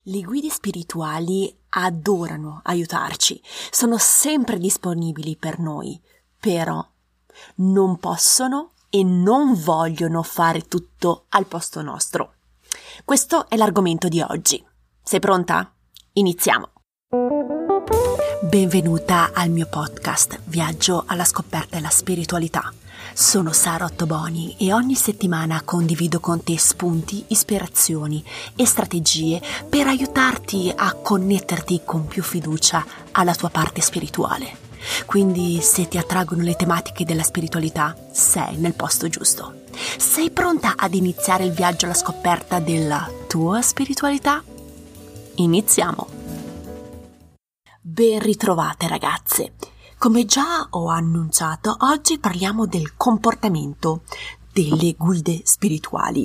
Le guide spirituali adorano aiutarci, sono sempre disponibili per noi, però non possono e non vogliono fare tutto al posto nostro. Questo è l'argomento di oggi. Sei pronta? Iniziamo! Benvenuta al mio podcast Viaggio alla scoperta della spiritualità. Sono Sara Ottoboni e ogni settimana condivido con te spunti, ispirazioni e strategie per aiutarti a connetterti con più fiducia alla tua parte spirituale. Quindi se ti attraggono le tematiche della spiritualità, sei nel posto giusto. Sei pronta ad iniziare il viaggio alla scoperta della tua spiritualità? Iniziamo! Ben ritrovate ragazze! Come già ho annunciato, oggi parliamo del comportamento delle guide spirituali.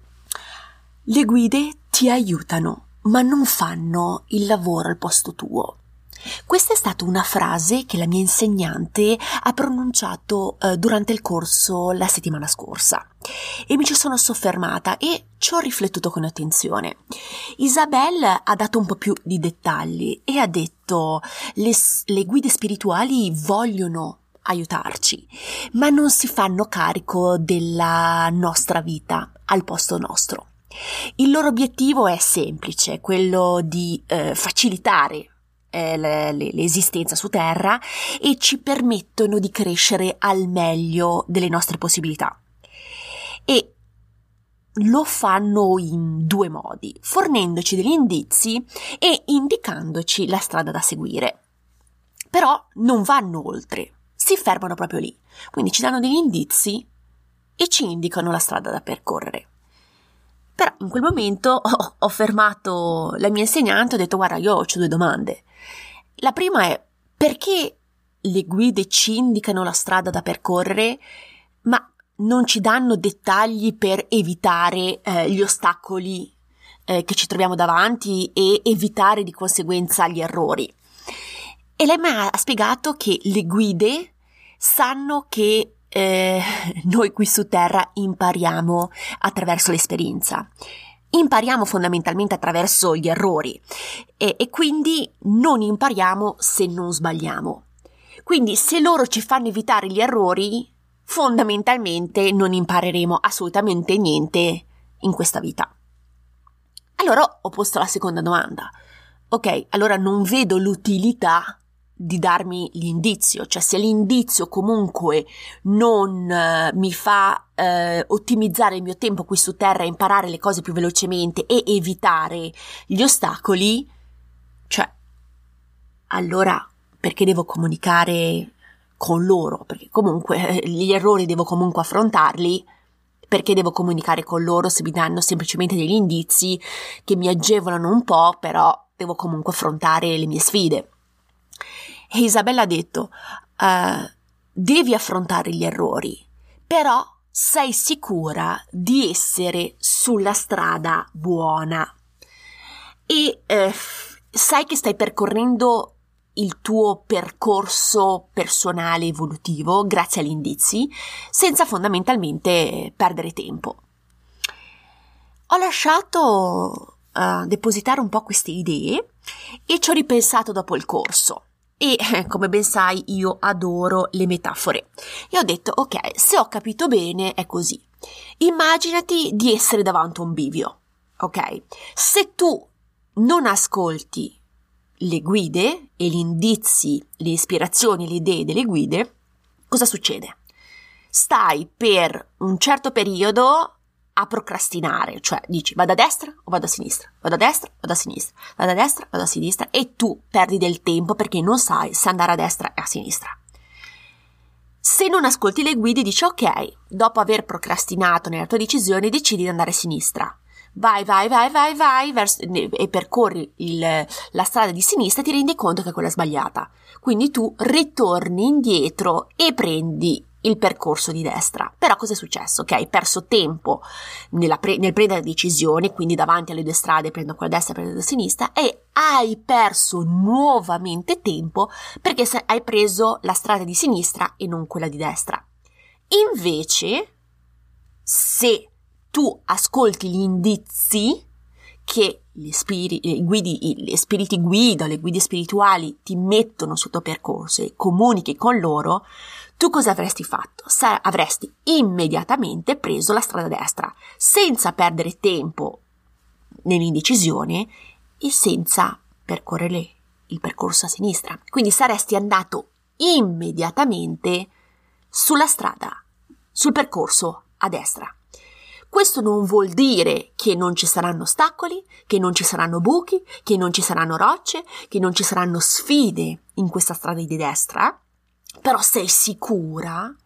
Le guide ti aiutano, ma non fanno il lavoro al posto tuo. Questa è stata una frase che la mia insegnante ha pronunciato durante il corso la settimana scorsa e mi ci sono soffermata e ci ho riflettuto con attenzione. Isabel ha dato un po' più di dettagli e ha detto le guide spirituali vogliono aiutarci, ma non si fanno carico della nostra vita al posto nostro. Il loro obiettivo è semplice, quello di facilitare l'esistenza su Terra e ci permettono di crescere al meglio delle nostre possibilità. E lo fanno in due modi, fornendoci degli indizi e indicandoci la strada da seguire. Però non vanno oltre, si fermano proprio lì. Quindi ci danno degli indizi e ci indicano la strada da percorrere. Però in quel momento ho fermato la mia insegnante e ho detto: guarda, io ho due domande. La prima è: perché le guide ci indicano la strada da percorrere, ma non ci danno dettagli per evitare gli ostacoli che ci troviamo davanti e evitare di conseguenza gli errori? E lei mi ha spiegato che le guide sanno che noi qui su Terra impariamo attraverso l'esperienza. Impariamo fondamentalmente attraverso gli errori e quindi non impariamo se non sbagliamo. Quindi se loro ci fanno evitare gli errori, fondamentalmente non impareremo assolutamente niente in questa vita. Allora ho posto la seconda domanda. Ok, allora non vedo l'utilità di darmi l'indizio, cioè se l'indizio comunque non mi fa ottimizzare il mio tempo qui su Terra e imparare le cose più velocemente e evitare gli ostacoli, cioè allora perché devo comunicare con loro? Perché comunque gli errori devo comunque affrontarli. Perché devo comunicare con loro se mi danno semplicemente degli indizi che mi agevolano un po', però devo comunque affrontare le mie sfide? E Isabella ha detto: devi affrontare gli errori, però sei sicura di essere sulla strada buona e sai che stai percorrendo il tuo percorso personale evolutivo grazie agli indizi, senza fondamentalmente perdere tempo. Ho lasciato depositare un po' queste idee e ci ho ripensato dopo il corso. E come ben sai io adoro le metafore e ho detto: ok, se ho capito bene è così. Immaginati di essere davanti a un bivio, ok? Se tu non ascolti le guide e gli indizi, le ispirazioni, le idee delle guide, cosa succede? Stai per un certo periodo a procrastinare, cioè dici: vado a destra o vado a sinistra, vado a destra, vado a sinistra, vado a destra, vado a sinistra, e tu perdi del tempo perché non sai se andare a destra e a sinistra. Se non ascolti le guide dici: ok, dopo aver procrastinato nella tua decisione decidi di andare a sinistra, vai e percorri la strada di sinistra e ti rendi conto che è quella sbagliata, quindi tu ritorni indietro e prendi il percorso di destra. Però cosa è successo? Ok, hai perso tempo nel prendere decisione, quindi davanti alle due strade prendo quella destra e prendo quella sinistra, e hai perso nuovamente tempo perché hai preso la strada di sinistra e non quella di destra. Invece, se tu ascolti gli indizi che gli spiriti guida, le guide spirituali ti mettono sul tuo percorso e comunichi con loro, tu cosa avresti fatto? Avresti immediatamente preso la strada destra, senza perdere tempo nell'indecisione e senza percorrere il percorso a sinistra. Quindi saresti andato immediatamente sulla strada, sul percorso a destra. Questo non vuol dire che non ci saranno ostacoli, che non ci saranno buchi, che non ci saranno rocce, che non ci saranno sfide in questa strada di destra, però sei sicura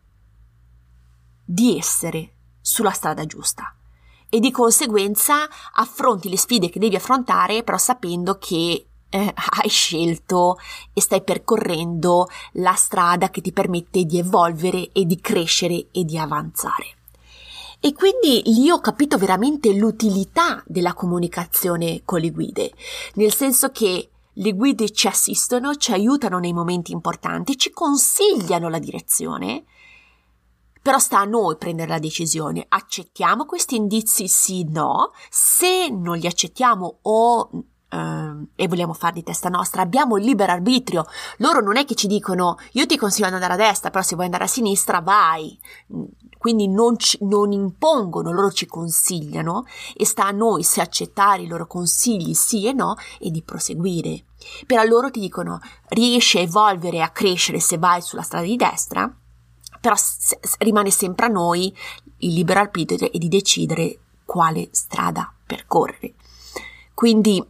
di essere sulla strada giusta e di conseguenza affronti le sfide che devi affrontare, però sapendo che hai scelto e stai percorrendo la strada che ti permette di evolvere e di crescere e di avanzare. E quindi lì ho capito veramente l'utilità della comunicazione con le guide, nel senso che le guide ci assistono, ci aiutano nei momenti importanti, ci consigliano la direzione, però sta a noi prendere la decisione. Accettiamo questi indizi? Sì, no. Se non li accettiamo e vogliamo fare di testa nostra, abbiamo il libero arbitrio. Loro non è che ci dicono io ti consiglio di andare a destra, però se vuoi andare a sinistra vai. Quindi non impongono, loro ci consigliano e sta a noi se accettare i loro consigli sì e no e di proseguire. Per loro ti dicono riesci a evolvere, a crescere se vai sulla strada di destra, però rimane sempre a noi il libero arbitrio e di decidere quale strada percorrere. Quindi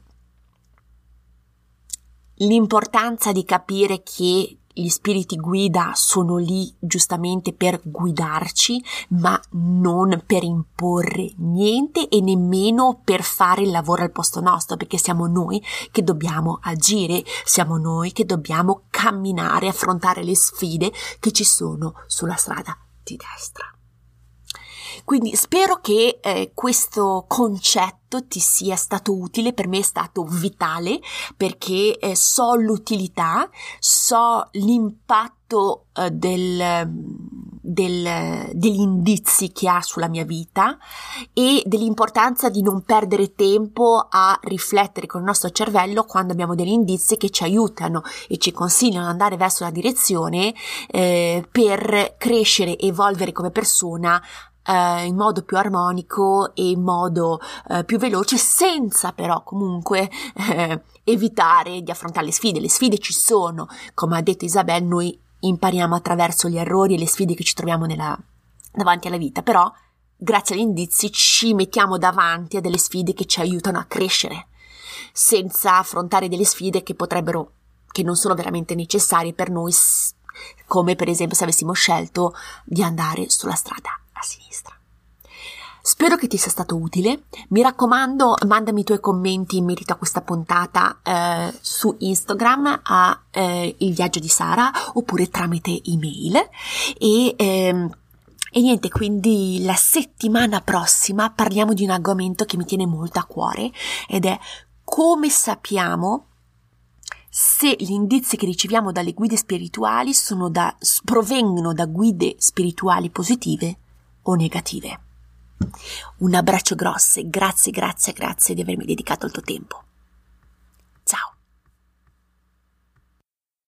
l'importanza di capire che gli spiriti guida sono lì giustamente per guidarci, ma non per imporre niente e nemmeno per fare il lavoro al posto nostro, perché siamo noi che dobbiamo agire, siamo noi che dobbiamo camminare, affrontare le sfide che ci sono sulla strada di destra. Quindi spero che questo concetto ti sia stato utile, per me è stato vitale perché so l'utilità, so l'impatto degli indizi che ha sulla mia vita e dell'importanza di non perdere tempo a riflettere con il nostro cervello quando abbiamo degli indizi che ci aiutano e ci consigliano di andare verso la direzione per crescere e evolvere come persona in modo più armonico e in modo più veloce, senza però comunque evitare di affrontare le sfide. Le sfide ci sono, come ha detto Isabel, noi impariamo attraverso gli errori e le sfide che ci troviamo davanti alla vita, però grazie agli indizi ci mettiamo davanti a delle sfide che ci aiutano a crescere, senza affrontare delle sfide che non sono veramente necessarie per noi, come per esempio se avessimo scelto di andare sulla strada a sinistra. Spero che ti sia stato utile. Mi raccomando, mandami i tuoi commenti in merito a questa puntata su Instagram a Il Viaggio di Sara oppure tramite email e niente, quindi la settimana prossima parliamo di un argomento che mi tiene molto a cuore ed è come sappiamo se gli indizi che riceviamo dalle guide spirituali provengono da guide spirituali positive o negative. Un abbraccio grosso e grazie di avermi dedicato il tuo tempo. Ciao!